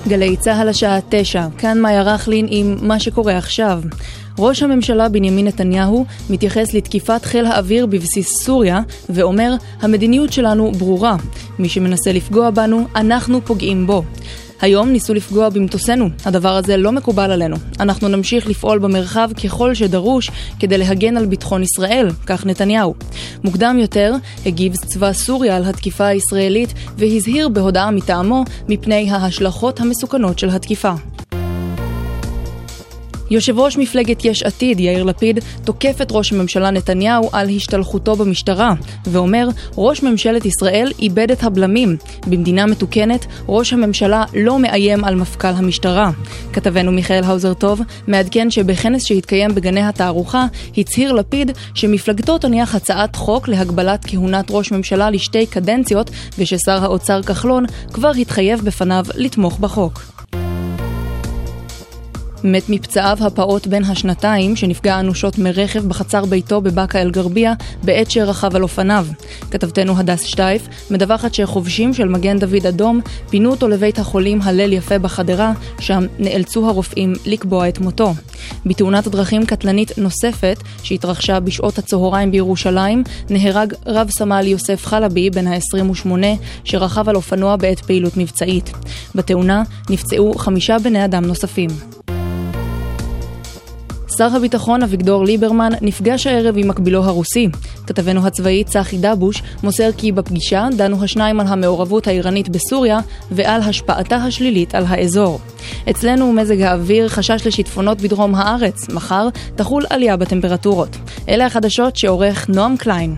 גלי צהל השעה 9, כאן מאיה רכלין עם מה שקורה עכשיו. ראש הממשלה בנימין נתניהו מתייחס לתקיפת חיל האוויר בבסיס סוריה ואומר, המדיניות שלנו ברורה. מי שמנסה לפגוע בנו, אנחנו פוגעים בו. היום ניסו לפגוע במטוסנו. הדבר הזה לא מקובל עלינו. אנחנו נמשיך לפעול במרחב ככל שדרוש כדי להגן על ביטחון ישראל, כך נתניהו. מוקדם יותר הגיב צבא סוריה על התקיפה הישראלית והזהיר בהודעה מטעמו מפני ההשלכות המסוכנות של התקיפה. יושב ראש מפלגת יש עתיד, יאיר לפיד, תוקף את ראש הממשלה נתניהו על השתלחותו במשטרה, ואומר, ראש ממשלת ישראל איבד את הבלמים. במדינה מתוקנת, ראש הממשלה לא מאיים על מפכ"ל המשטרה. כתבנו מיכאל האוזר טוב מעדכן שבכנס שהתקיים בגני התערוכה, הצהיר לפיד שמפלגתו תניח הצעת חוק להגבלת כהונת ראש ממשלה לשתי קדנציות, וששר האוצר כחלון כבר התחייב בפניו לתמוך בחוק. מת מפצעיו הפעוט בן השנתיים שנפגע אנושות מרכב בחצר ביתו בבאקה אל גרבייה בעת שרכב על אופניו. כתבתנו הדס שטייף מדווחת שחובשים של מגן דוד אדום פינו אותו לבית החולים הלל יפה בחדרה, שם נאלצו הרופאים לקבוע את מותו. בתאונת דרכים קטלנית נוספת שהתרחשה בשעות הצהריים בירושלים נהרג רב סמל יוסף חלבי בן ה-28 שרכב על אופנוע בעת פעילות מבצעית. בתאונה נפצעו 5 בני אדם נוספים. שר הביטחון אביגדור ליברמן נפגש הערב עם מקבילו הרוסי. כתבנו הצבאי צחי דבוש מוסר כי בפגישה דנו השניים על המעורבות האיראנית בסוריה ועל השפעתה השלילית על האזור. אצלנו מזג האוויר חשש לשיטפונות בדרום הארץ. מחר תחול עלייה בטמפרטורות. אלה החדשות שעורך נועם קליין.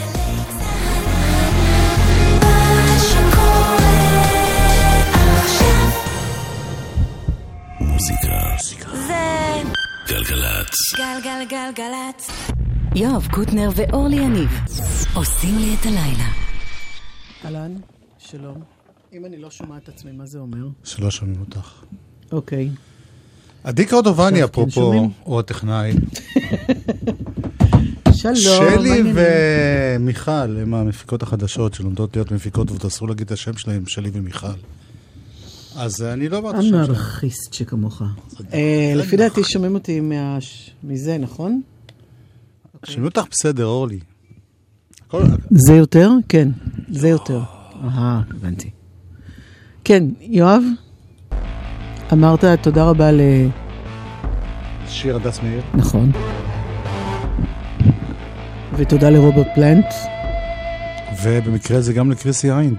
גלגלצ. גלגלגלגלצ. יואב קוטנר ואורלי יניב עושים לי את הלילה. אהלן, שלום. אם אני לא שומע את עצמי, מה זה אומר? שלא שומעים אותך. אוקיי. עדי קורדובני, אפרופו, או הטכנאי. שלום. שלי ומיכל, הם המפיקות החדשות שלומדות להיות מפיקות, ותאסרו להגיד את השם שלהם, שלי ומיכל. אז אני לא אמרת שם. אנרכיסט שכמוך. לפי דעתי שומעים אותי מזה, נכון? שומעים אותך בסדר, אורלי. זה יותר? כן, זה יותר. הבנתי. כן, יואב, אמרת תודה רבה שיר הדס מאיר. נכון. ותודה לרוברט פלנט. ובמקרה זה גם לקריסי היינד.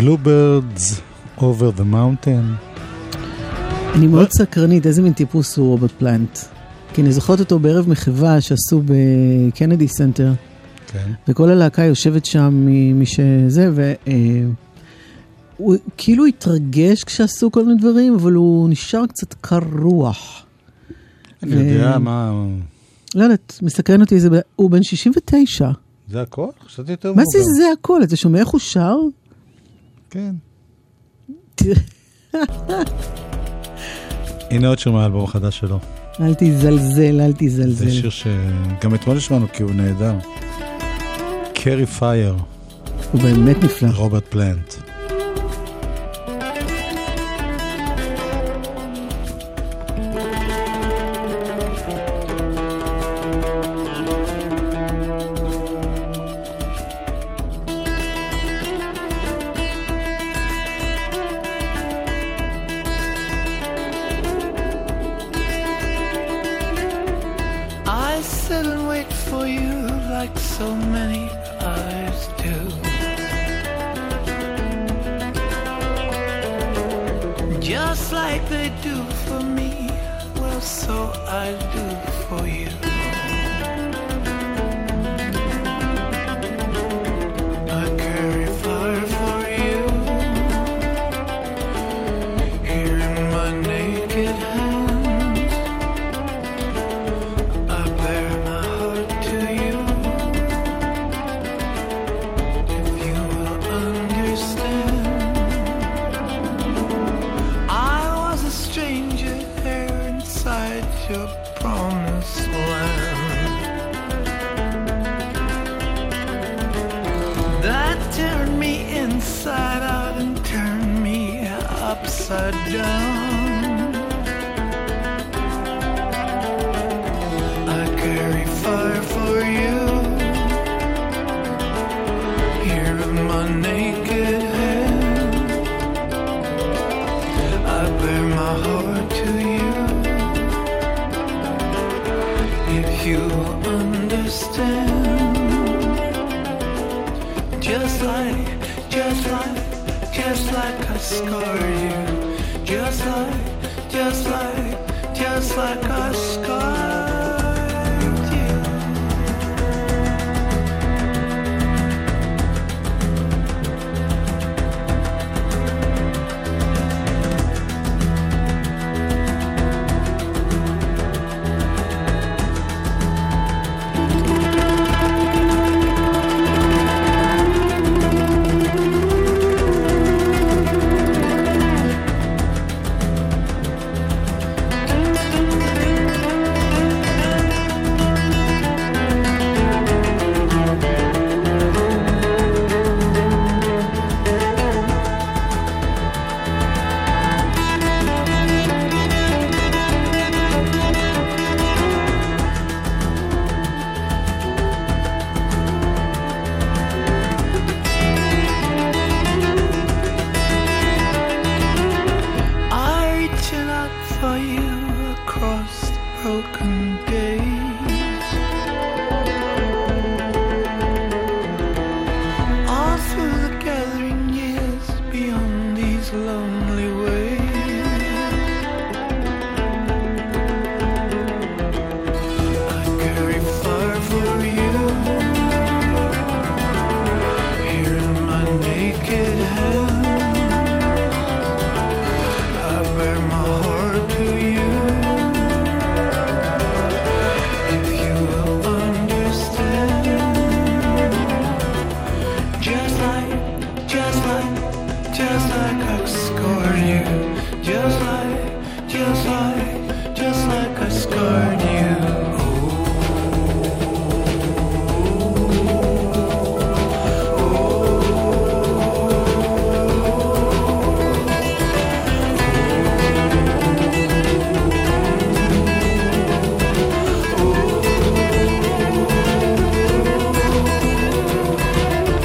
Bluebirds over the mountain. אני מאוד סקרנית, איזה מין טיפוס הוא רוברט פלנט. כי אני זוכרת אותו בערב מחווה שעשו בקנדי סנטר. כן. וכל הלהקה יושבת שם משזה, והוא כאילו התרגש כשעשו כל מיני דברים, אבל הוא נשאר קצת קר רוח. אני יודע מה... לא יודעת, מסקרן אותי, הוא בן 69. זה הכל? חשבתי יותר מה זה הכל? אתה שומע איך הוא שר? כן. הנה עוד שומע האלבום החדש שלו. אל תזלזל, אל תזלזל. זה שיר שגם אתמול נשמענו כי הוא נהדר. קרי פייר. הוא באמת נפלא. רוברט פלנט.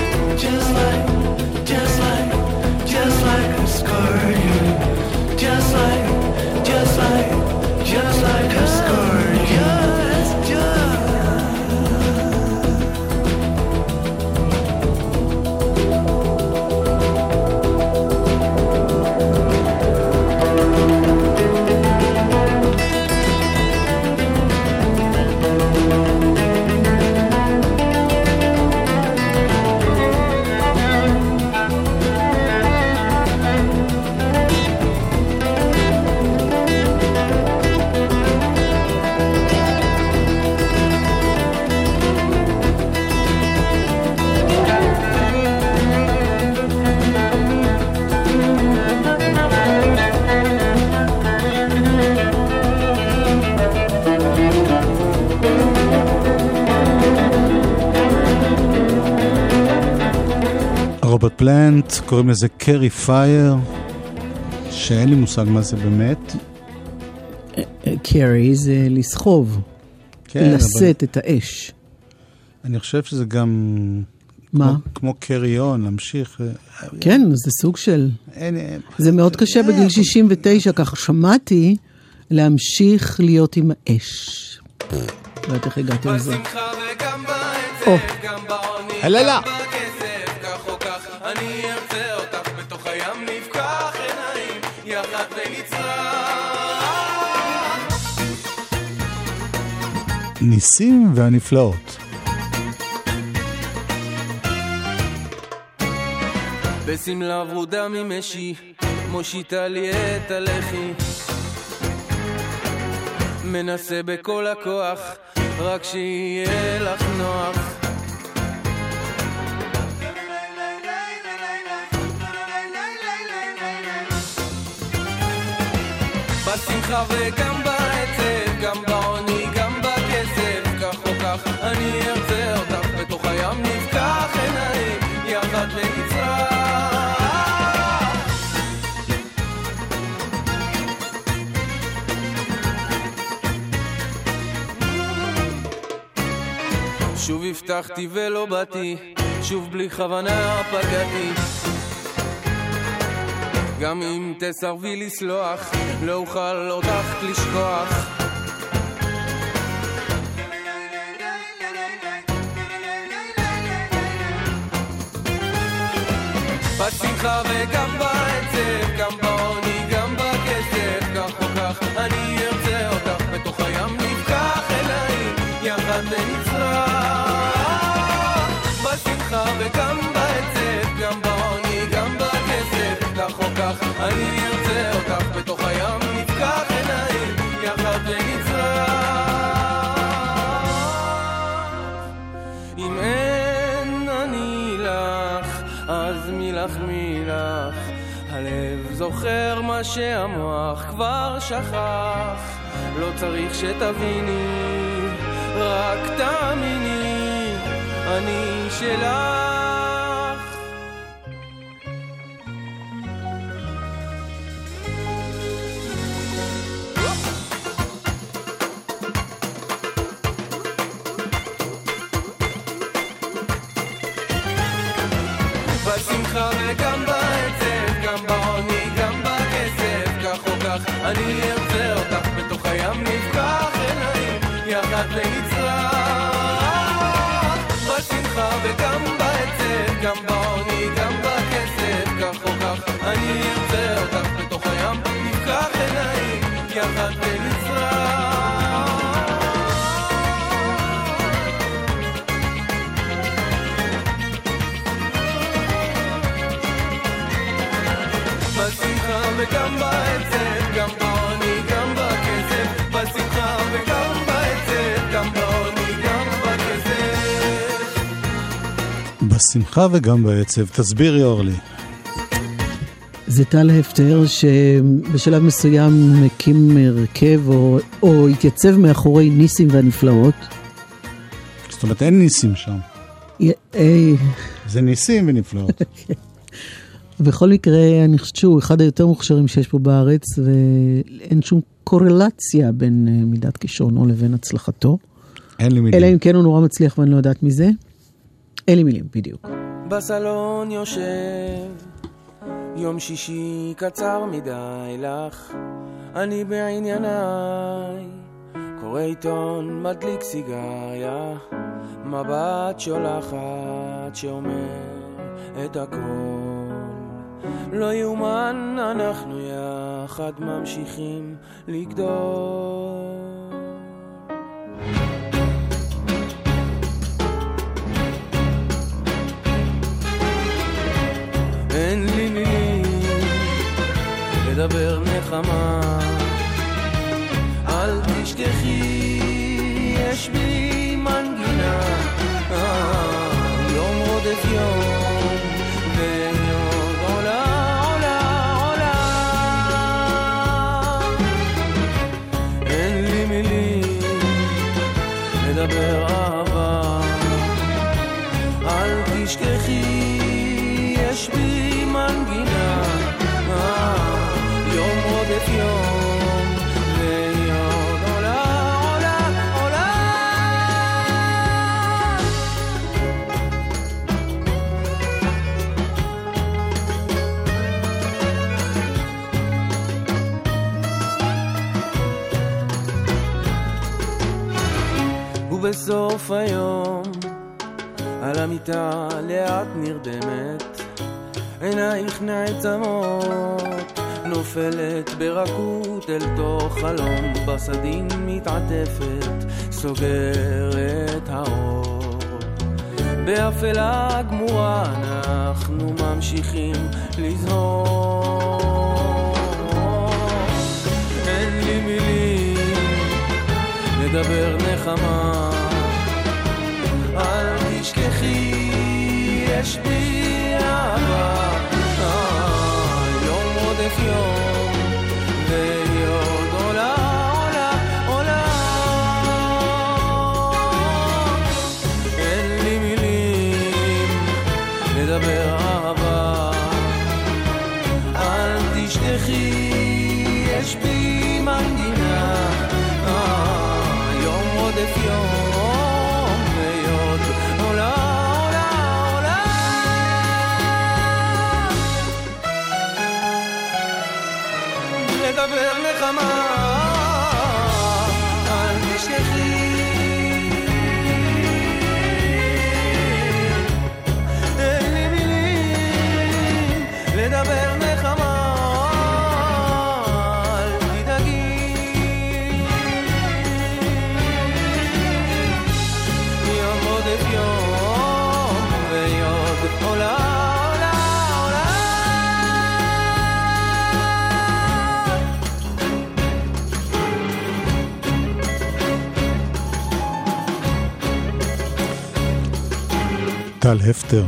Just רוברט פלנט, קוראים לזה קרי פייר, שאין לי מושג מה זה באמת. קרי זה לסחוב, לשאת את האש. אני חושב שזה גם... מה? כמו קריון, להמשיך. כן, זה סוג של... זה מאוד קשה בגיל 69, ככה שמעתי, להמשיך להיות עם האש. לא יודעת איך הגעתי לזה. הללה! אני ארצה אותך בתוך הים נפקח עיניים יחד ונצרח. ניסים והנפלאות. בסמלה ורודה ממשי מושיטה לי את הלחי מנסה בכל הכוח רק שיהיה לך נוח בשמחה וגם בעצב גם בעוני גם בכסף כך או כך אני ארצה אותך בתוך הים נפקח עיניים יחד ונצרח שוב הבטחתי ולא באתי שוב בלי כוונה פגעתי גם אם תסרבי לסלוח לא אוכל אותך לשכוח בשמחה וגם בעצב גם בעוני גם בכסף כך או כך אני ארצה אותך בתוך הים נפקח עיניים יחד ונצרח בשמחה וגם בעצב גם בעוני גם בכסף כך או כך אני ארצה אותך בתוך הים נפקח עיניים יחד ונצרח אם אין אני לך אז מילך מילך הלב זוכר מה שהמוח כבר שכח לא צריך שתביני רק תאמיני אני שלך בשמחה וגם בעצב גם בעוני גם בכסף כך או כך אני ארצה אותך בתוך הים נפקח עיניים יחד ונצרח בשמחה וגם בעצב גם בעוני גם בכסף כך או כך אני ארצה אותך בתוך הים נפקח עיניים יחד ונצרח בשמחה וגם בעצב גם בעוני גם בכסף בשמחה וגם בעצב גם בעוני גם בכסף בשמחה וגם בעצב. תסבירי אורלי. זה טל הפטר שבשלב מסוים מקים הרכב או התייצב מאחורי ניסים והנפלאות. זאת אומרת אין ניסים שם. זה ניסים ונפלאות. בכל מקרה, אני חושבת שהוא אחד היותר מוכשרים שיש פה בארץ, ואין שום קורלציה בין מידת כישרונו לבין הצלחתו. אין לי מילים. אלא אם כן הוא נורא מצליח ואני לא יודעת מזה. אין לי מילים, בדיוק. בסלון יושב, יום שישי קצר מדי לך, אני בענייניי, קורא עיתון, מדליק סיגריה, מבט שולחת שאומר את הכל. לא יומן, אנחנו יחד ממשיכים לגדול. אין לי מילים לדבר נחמה, אל תשכחי, יש בי מנגינה, יום רודף יום ויום עולה עולה עולה. אין לי מילים לדבר אהבה, אל תשכחי, רודף יום ועוד עולה עולה עולה ובסוף היום על המיטה לאט נרדמת עינייך נעצמות נופלת ברכות אל תוך חלום בסדין מתעטפת סוגרת האור באפלה גמורה אנחנו ממשיכים לזהור אין לי מילים לדבר נחמה אל תשכחי יש בי אהבה יום רודף יום ועוד עולה עולה עולה אין לי מילים לדבר אהבה אל תשכחי יש בי מנגינה יום רודף יום ועוד עולה לדבר נחמה אל תשכחי אין לי מילים לדבר נחמה אל תדאגי יום רודף יום ועוד עולה טל הפטר.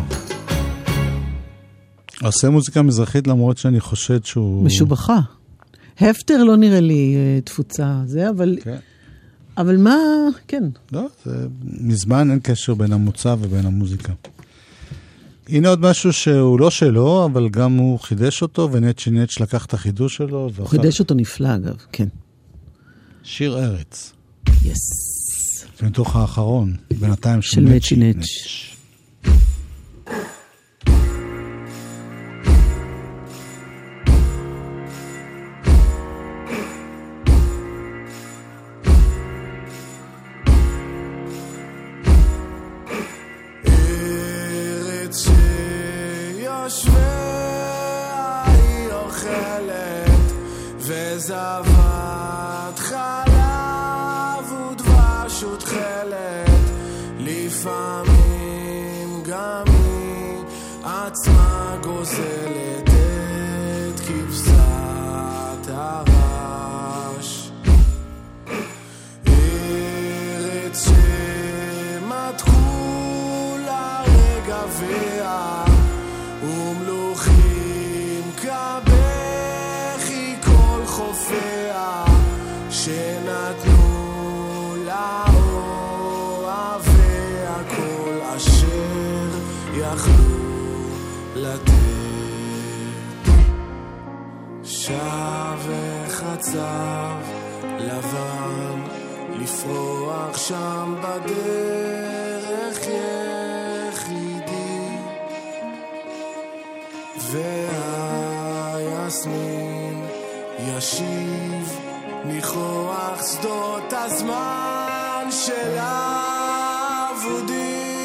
עושה מוזיקה מזרחית למרות שאני חושד שהוא... משובחה. הפטר לא נראה לי תפוצה זה, אבל... כן. אבל מה... כן. לא, זה... מזמן אין קשר בין המוצא ובין המוזיקה. הנה עוד משהו שהוא לא שלו, אבל גם הוא חידש אותו, ונצ'י לקח את החידוש שלו. הוא חידש אותו נפלא אגב, כן. שיר ארץ. יס. זה מתוך האחרון, בינתיים של נצ'י. זבת חלב ודבש ותחלת לפעמים גם היא עצמה גוזלת את כבשת הרש ארץ שמתחו לרגע ועה ומלוכים כבכי כל חופיה שנתנו לאוהביה כל אשר יכלו לתת שב וחצב לבן לפרוח שם בדרך יחידי והיסמין ישיב ניחוח שדות הזמן של העבודים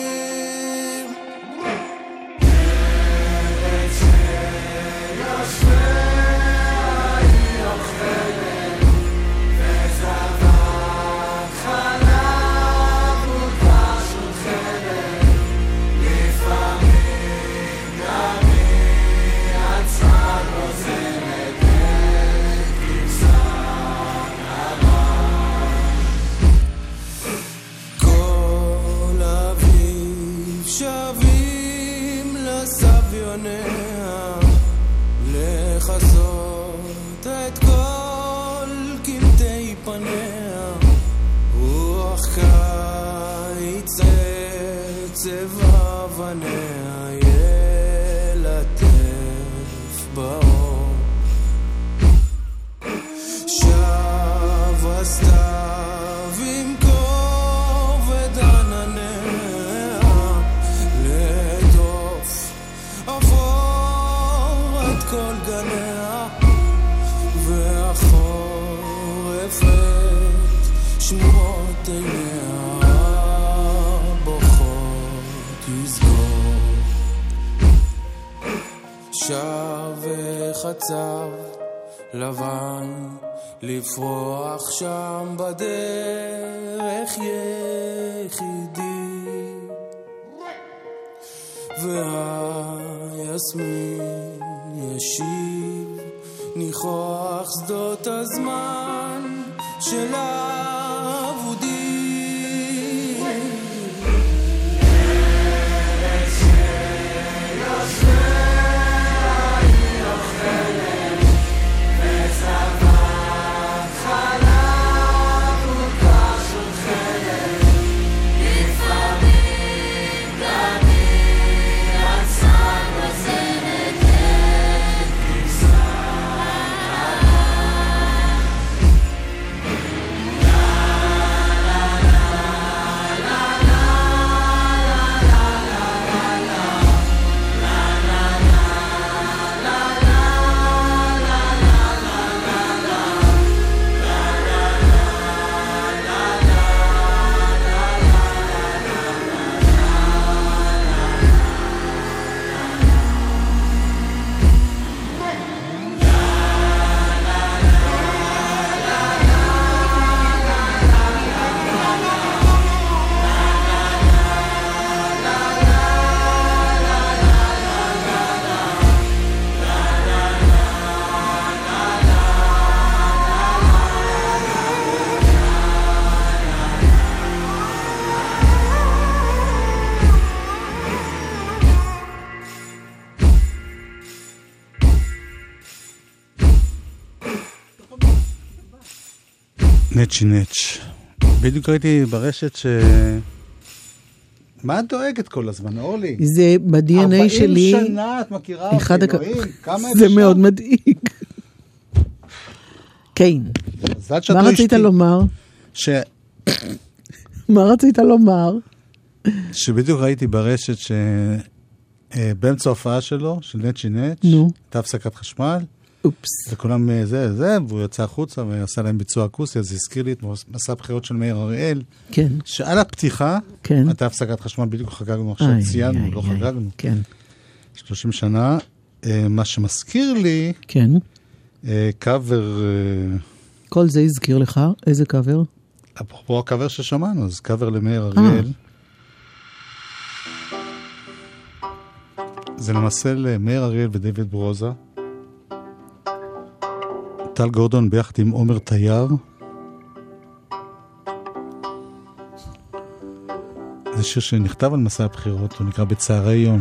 ארץ שיושביה היא אוכלת וזבת חלב ודבש ותכלת לפעמים גם היא עצמה גוזלת את כבשת כל אביב שמועות עיניה בוכות יסגור שב וחצב לבן לפרוח שם בדרך יחידי והיסמין ישיב ניחוח שדות הזמן של אבודי ארץ שיושביה היא אוכלת וצבעת חלב ודבש ותכלת לפעמים גם היא עצה גוזרת את כבשה נצ'י נץ'. בדיוק ראיתי ברשת ש... מה את דואגת כל הזמן, אורלי? זה ב-DNA שלי... 40 שנה את מכירה אותי, אלוהים, כמה זה מאוד מדאיג. כן. מה רצית לומר? מה רצית לומר? שבדיוק ראיתי ברשת שבאמצע ההופעה שלו, של נצ'י נץ', הייתה הפסקת חשמל, וכולם זה, והוא יצא החוצה ועשה להם ביצוע אקוסי, אז הזכיר לי את מסע הבחירות של מאיר אריאל, שעל הפתיחה, הייתה הפסקת חשמל, בדיוק חגגנו עכשיו, ציינו, לא חגגנו. 30 שנה, מה שמזכיר לי, קאבר... כל זה הזכיר לך? איזה קאבר? אפרופו הקאבר ששמענו, אז קאבר למאיר אריאל. זה למעשה למאיר אריאל ודייוויד ברוזה. טל גורדון ביחד עם עומר תייר. זה שיר שנכתב על מסע הבחירות, הוא נקרא בצערי יום.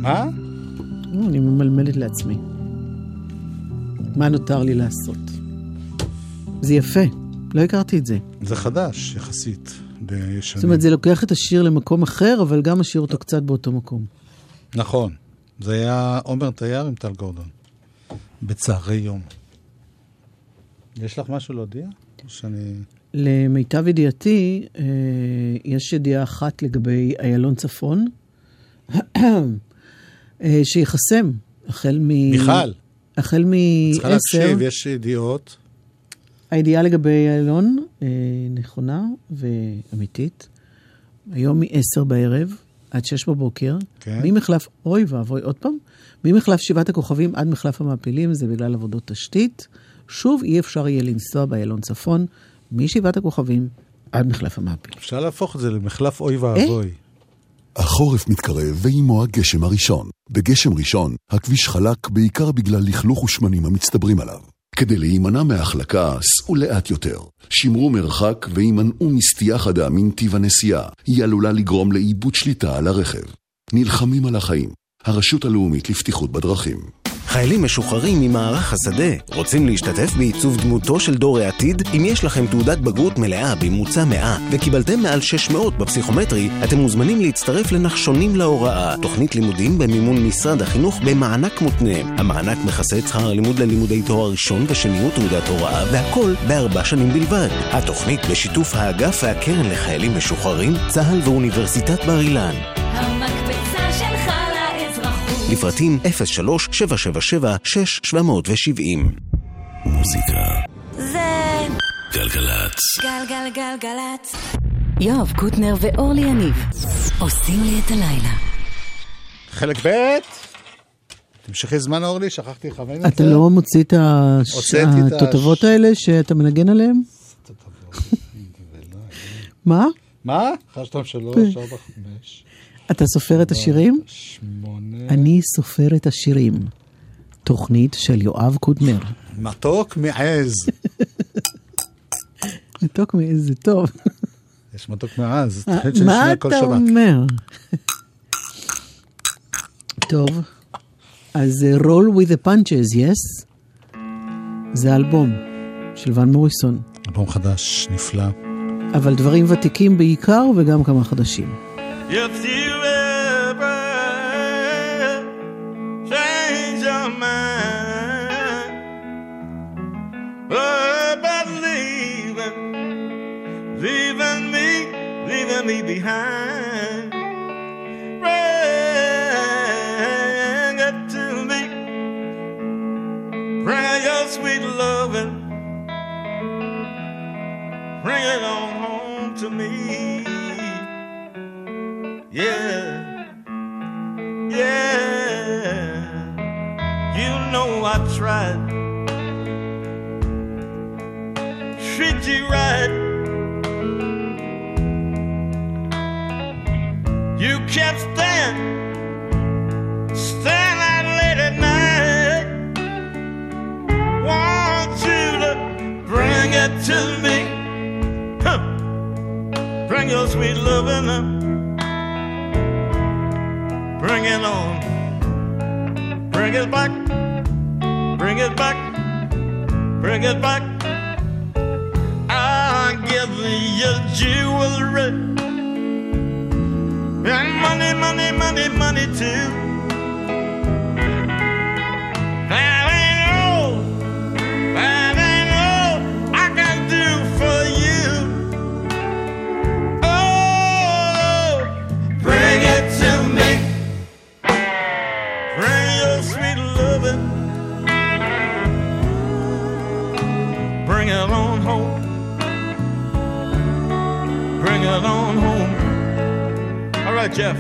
מה? אני ממלמלת לעצמי. מה נותר לי לעשות? זה יפה, לא הכרתי את זה. זה חדש, יחסית. זאת אומרת, זה לוקח את השיר למקום אחר, אבל גם משאיר אותו קצת באותו מקום. נכון. זה היה עומר תייר עם טל גורדון. בצהרי יום. יש לך משהו להודיע? למיטב ידיעתי, יש ידיעה אחת לגבי איילון צפון, שיחסם, החל מיכל. החל מ-10. צריכה להקשיב, יש ידיעות. הידיעה לגבי איילון נכונה ואמיתית. היום מ-10 בערב עד 6 בבוקר. כן. ממחלף, אוי ואבוי, עוד פעם, ממחלף 7 הכוכבים עד מחלף המעפילים, זה בגלל עבודות תשתית. שוב, אי אפשר יהיה לנסוע באיילון צפון, מ7 הכוכבים עד מחלף המעפילים. אפשר להפוך את זה למחלף אוי ואבוי. החורף מתקרב ועמו הגשם הראשון. בגשם ראשון, הכביש חלק בעיקר בגלל לכלוך ושמנים המצטברים עליו. כדי להימנע מהחלקה, סעו לאט יותר. שמרו מרחק והימנעו מסטייה חדה מנתיב הנסיעה. היא עלולה לגרום לאיבוד שליטה על הרכב. נלחמים על החיים. הרשות הלאומית לבטיחות בדרכים. חיילים משוחררים ממערך השדה רוצים להשתתף בעיצוב דמותו של דור העתיד? אם יש לכם תעודת בגרות מלאה בממוצע 100 וקיבלתם מעל 600 בפסיכומטרי, אתם מוזמנים להצטרף לנחשונים להוראה, תוכנית לימודים במימון משרד החינוך במענק מותנה. המענק מכסה את שכר הלימוד ללימודי תואר ראשון ושני ותעודת הוראה, והכל ב4 שנים בלבד. התוכנית בשיתוף האגף והקרן לחיילים משוחררים, צה"ל ואוניברסיטת בר אילן. המקפצה שלך לאזרחות. לפרטים 03-777-6770. מוזיקה זה גלגלצ. גלגלגלגלצ. יואב קוטנר ואורלי יניב עושים לי את הלילה. חלק ב' תמשכי זמן אורלי, שכחתי לכוון את זה. אתה לא מוציא את התותבות האלה שאתה מנגן עליהן? מה? מה? 1, 2, 3, 4, 5. אתה סופר את השירים? 8. אני סופר את השירים. תוכנית של יואב קוטנר. מתוק מעז. מתוק מעז זה טוב. יש מתוק מעז. מה אתה אומר? טוב. אז roll with the punches, yes? זה אלבום של ון מוריסון. אלבום חדש, נפלא. אבל דברים ותיקים בעיקר וגם כמה חדשים. If you ever change your mind about leaving me behind, bring it to me, bring your sweet loving, bring it on home to me. Yeah, yeah, you know I tried, treat you right, you kept staying out late at night, want you to bring it to me, huh. Bring your sweet loving up. Bring it on, bring it back, bring it back, bring it back. I'll give you jewelry and money, money, money, money too. That ain't all I can do for you. Oh, bring it to me. Bring your sweet loving, bring it on home, bring it on home. All right, Jeff.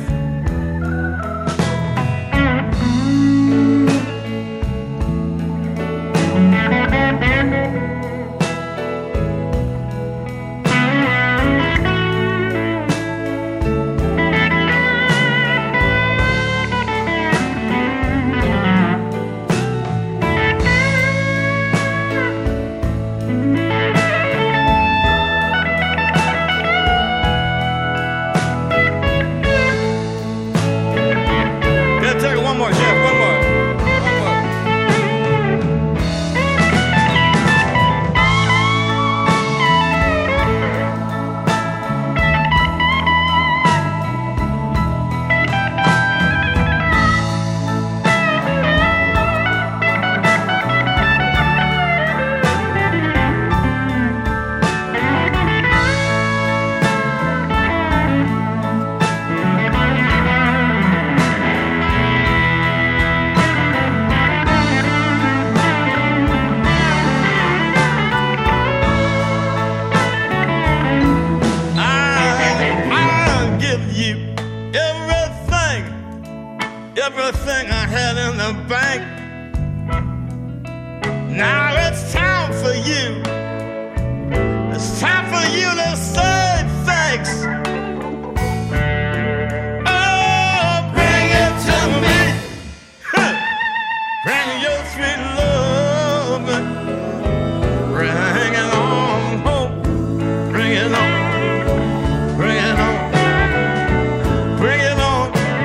everything I had in the bank. Now it's time for you. It's time for you to say thanks. Oh, bring it to me. Bring your sweet love. Bring it on home. Bring it on. Bring it on. Bring it on.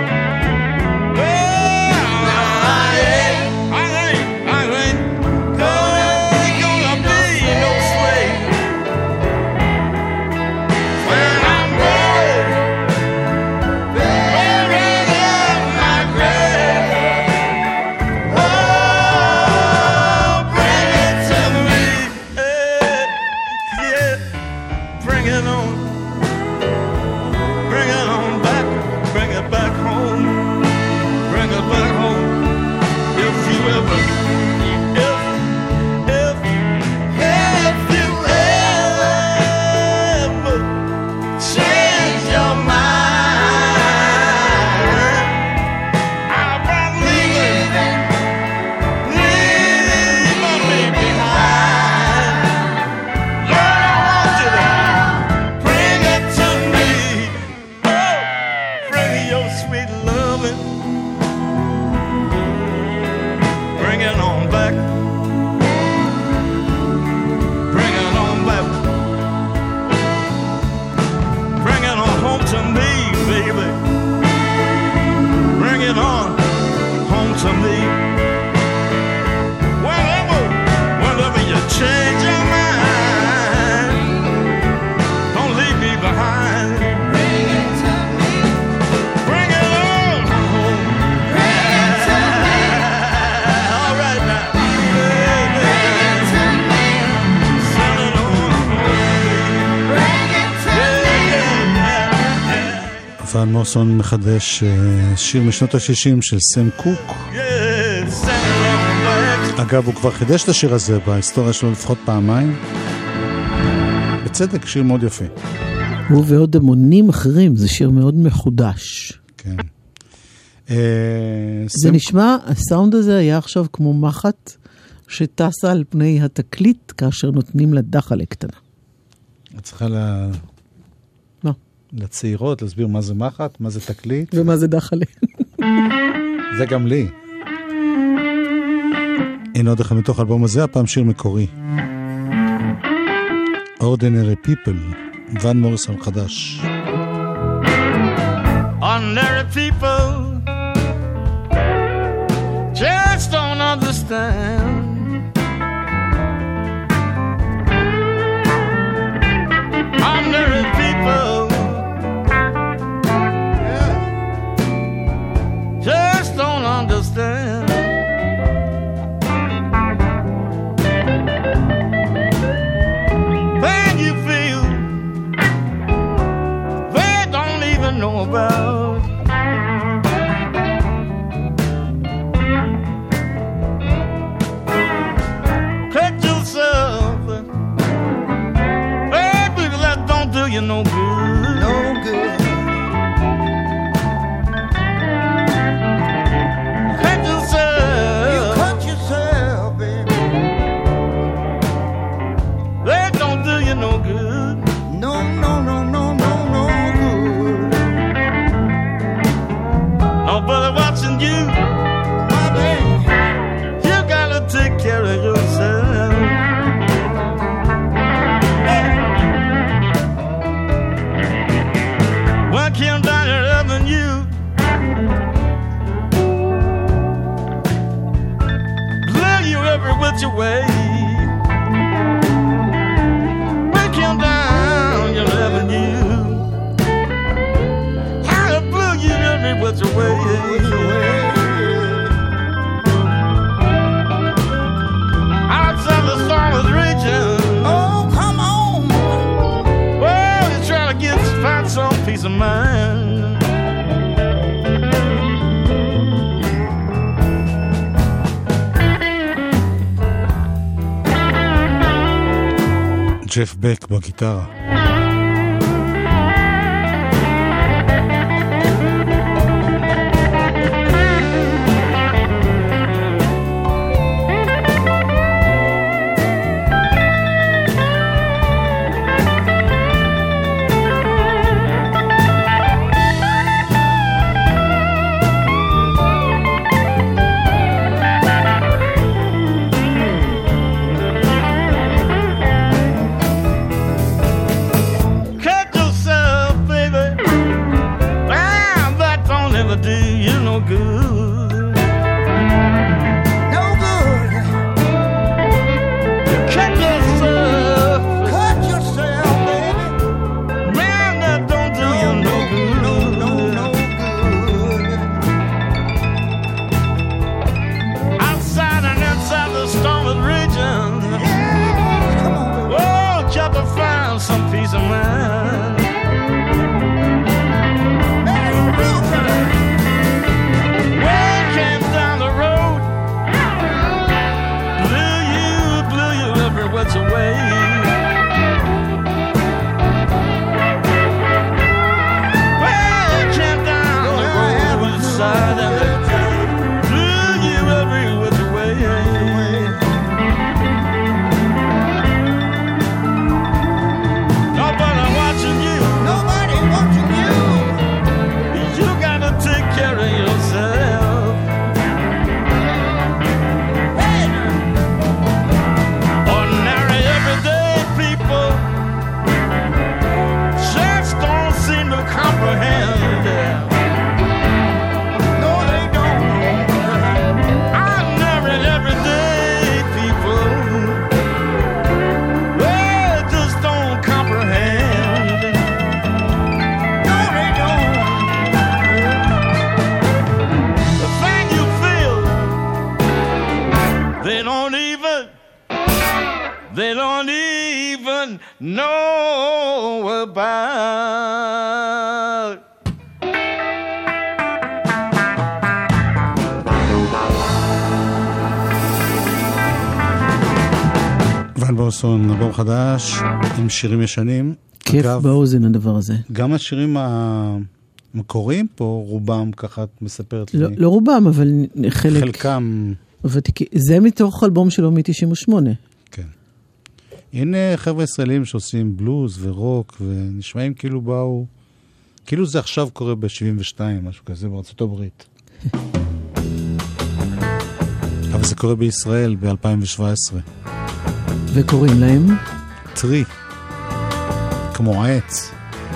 ון מורסון מחדש שיר משנות ה-60 של סם קוק. אגב, הוא כבר חידש את השיר הזה בהיסטוריה שלו לפחות פעמיים. בצדק, שיר מאוד יפה. הוא ועוד המונים אחרים, זה שיר מאוד מחודש. כן. זה נשמע, הסאונד הזה היה עכשיו כמו מחט שטסה על פני התקליט כאשר נותנים לה דחלה קטנה. את צריכה לצעירות, להסביר מה זה מחט, מה זה תקליט. ומה זה דחלה. זה גם לי. הנה עוד אחד מתוך האלבום הזה, הפעם שיר מקורי. Ordinary People, ון מוריסון חדש. Ordinary people just don't understand. Ordinary people just don't understand. Pain you feel, they don't even know about. Cut yourself, baby, that don't do you no good. No good. Your way, break him down, you're loving you. How to blew you every which way. Outside the storm is raging. Oh, come on. Well, you're trying to find some peace of mind. ג'ף בק בגיטרה. comprehend. No, they don't. Ordinary, everyday people, they just don't comprehend. No, they don't. The thing you feel, they don't even know about. ון בורסון, אלבום חדש עם שירים ישנים. כיף באוזן הדבר הזה. גם השירים המקוריים פה, רובם ככה את מספרת לי. לא רובם, אבל חלקם. זה מתוך אלבום שלו מ-98. כן. הנה חבר'ה ישראלים שעושים בלוז ורוק, ונשמעים כאילו באו, כאילו זה עכשיו קורה ב-72, משהו כזה בארצות הברית. אבל זה קורה בישראל ב-2017. וקוראים להם? טרי. כמו העץ.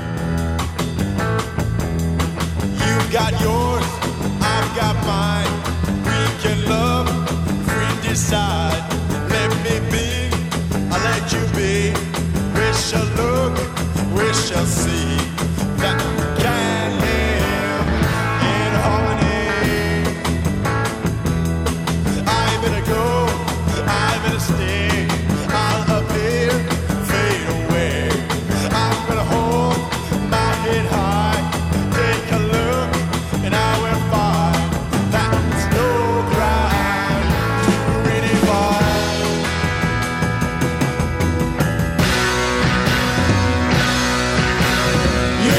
You've got yours, I've got mine. We can love, we decide. Let me be, I'll let you be. We shall look, we shall see that we can live in harmony. I'm gonna go, I'm gonna stay. I'll appear, fade away. I'm gonna hold my head high. Take a look, and I will find that's no crime to really find. You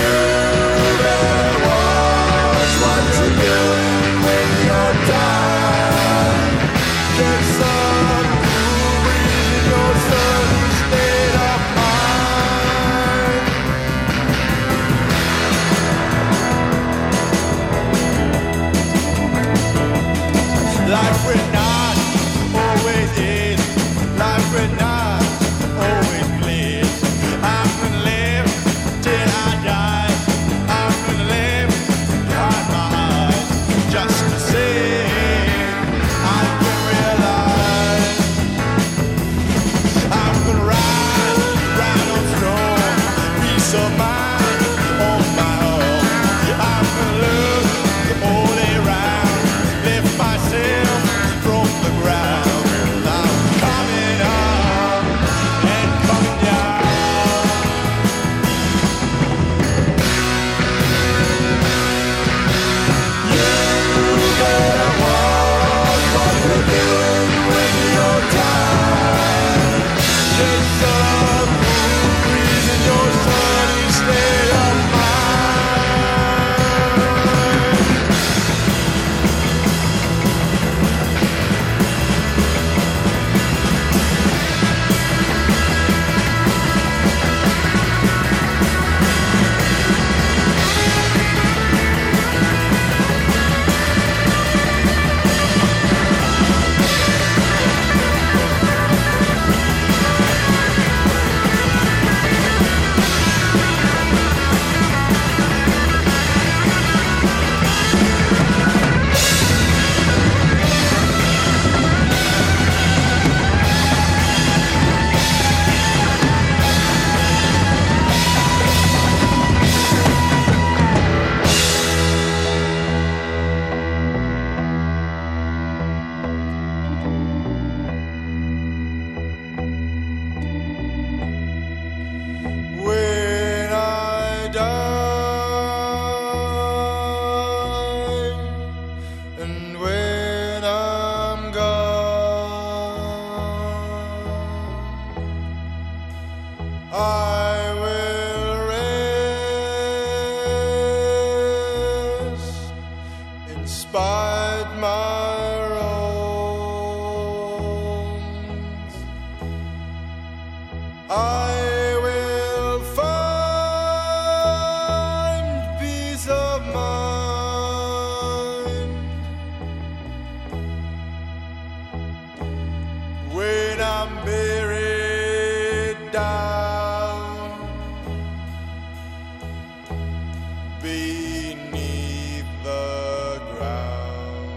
beneath the ground.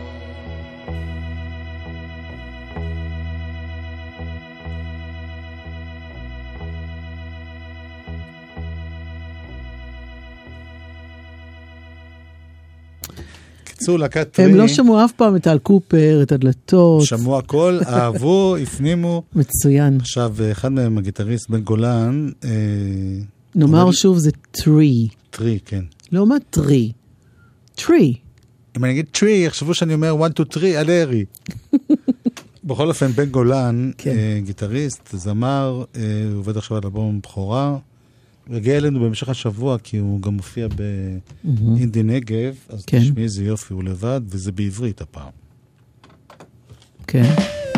קיצור, להקת טרי. הם לא שמעו אף פעם את טל קופר, את הדלתות. שמעו הכל, אהבו, הפנימו. מצוין. עכשיו, אחד מהם, הגיטריסט בן גולן, נאמר שוב, זה טרי. טרי, כן. לא מה טרי. טרי. אם אני אגיד טרי, יחשבו שאני אומר 1, 2, 3, אלרי. בכל אופן, בן גולן, גיטריסט, זמר, הוא עובד עכשיו על אלבום בכורה, הוא הגיע אלינו במשך השבוע, כי הוא גם מופיע באינדי נגב, אז תשמעי איזה יופי, הוא לבד, וזה בעברית הפעם. כן.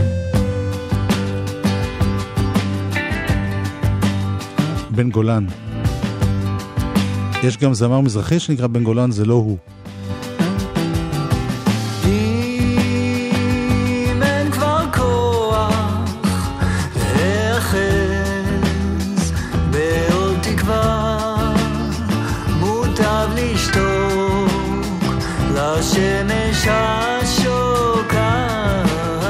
בן גולן. יש גם זמר מזרחי שנקרא בן גולן, זה לא הוא. השמש השוקעת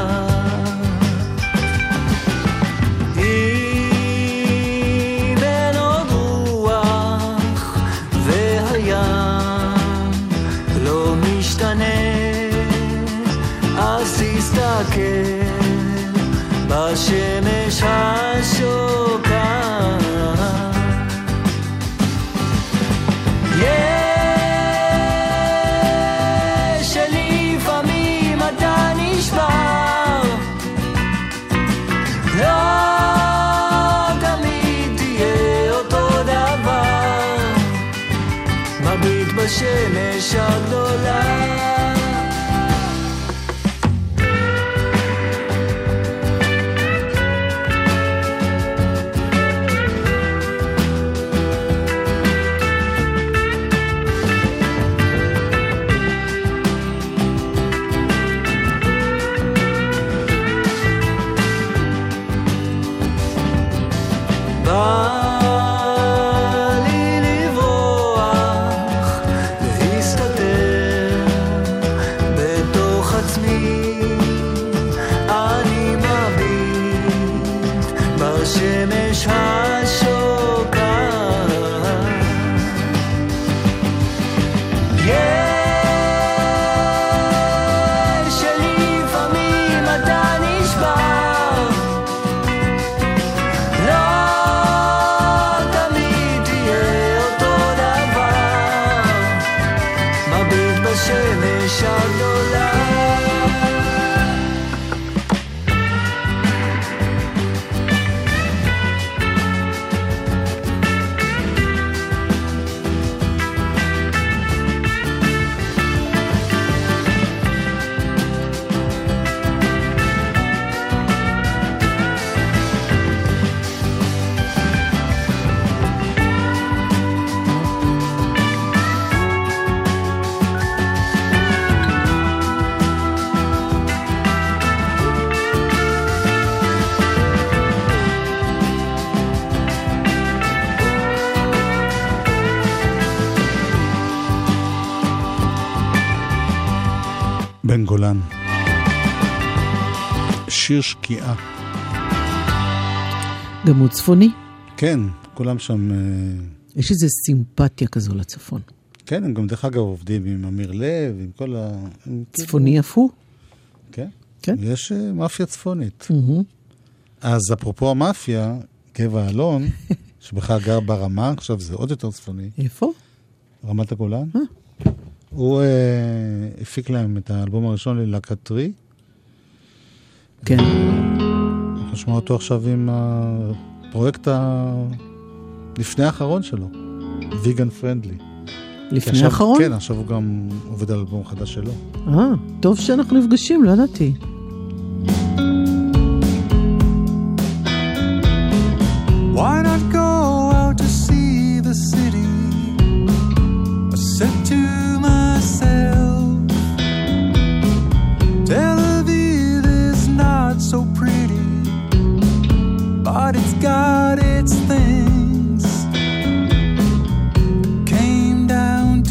היא בין עוד רוח והים לא משתנה, אז תסתכל בשמש השוקעת. בשמש הגדולה בן גולן. שיר שקיעה. גם הוא צפוני? כן, כולם שם... יש איזו סימפתיה כזו לצפון. כן, הם גם דרך אגב עובדים עם אמיר לב, עם כל ה... צפוני אף הוא? כן. כן. יש מאפיה צפונית. אז אפרופו המאפיה, גבע אלון, שבכלל גר ברמה, עכשיו זה עוד יותר צפוני. איפה? רמת הגולן. הוא הפיק להם את האלבום הראשון ללהקת טרי. כן. אנחנו נשמע אותו עכשיו עם הפרויקט לפני האחרון שלו, ויגן פרנדלי. לפני האחרון? כן, עכשיו הוא גם עובד על אלבום חדש שלו. טוב שאנחנו נפגשים, לא ידעתי. Why not go out to see the city? I said to myself, Tel Aviv is not so pretty, but it's got its things. Came down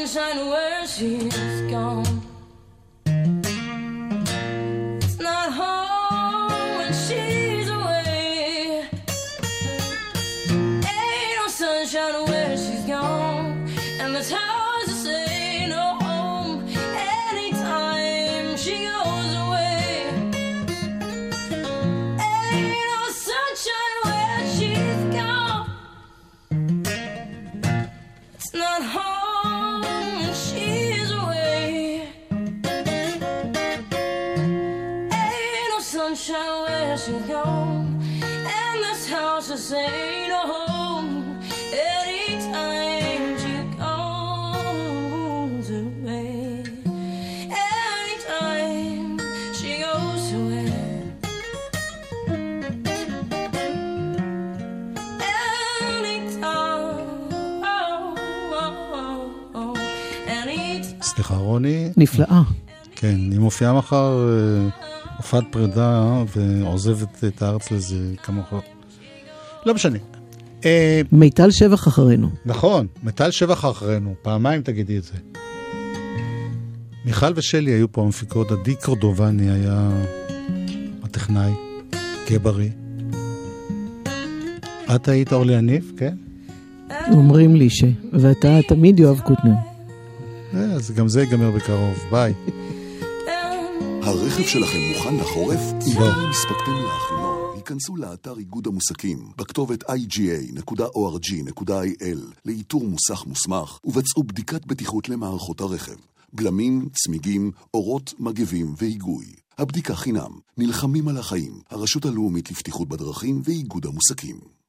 sunshine where she's gone. It's not home when she's away. Ain't no sunshine where she's gone. And that's hard to say no home anytime she goes away. Ain't no sunshine where she's gone. It's not home when she's away. Ain't no sunshine where she's gone. And this house just ain't no home anytime she goes away. Anytime she goes away. סליחה, רוני. נפלאה. כן, היא מופיעה מחר הופעת פרידה ועוזבת את הארץ לזה כמה חודשים. לא משנה. מיטל שבח אחרינו. נכון, מיטל שבח אחרינו. פעמיים תגידי את זה. מיכל ושלי היו פה המפיקות. עדי קורדובני היה הטכנאי. גברי. את היית אורלי יניב, כן? אומרים לי ואתה תמיד יואב קוטנר. אז גם זה ייגמר בקרוב. ביי. הרכב שלכם מוכן לחורף? אם לא הספקתם להכינו, היכנסו לאתר איגוד המוסקים בכתובת iga.org.il לאיתור מוסך מוסמך ובצעו בדיקת בטיחות למערכות הרכב. בלמים, צמיגים, אורות, מגבים והיגוי. הבדיקה חינם. נלחמים על החיים. הרשות הלאומית לבטיחות בדרכים ואיגוד המוסקים.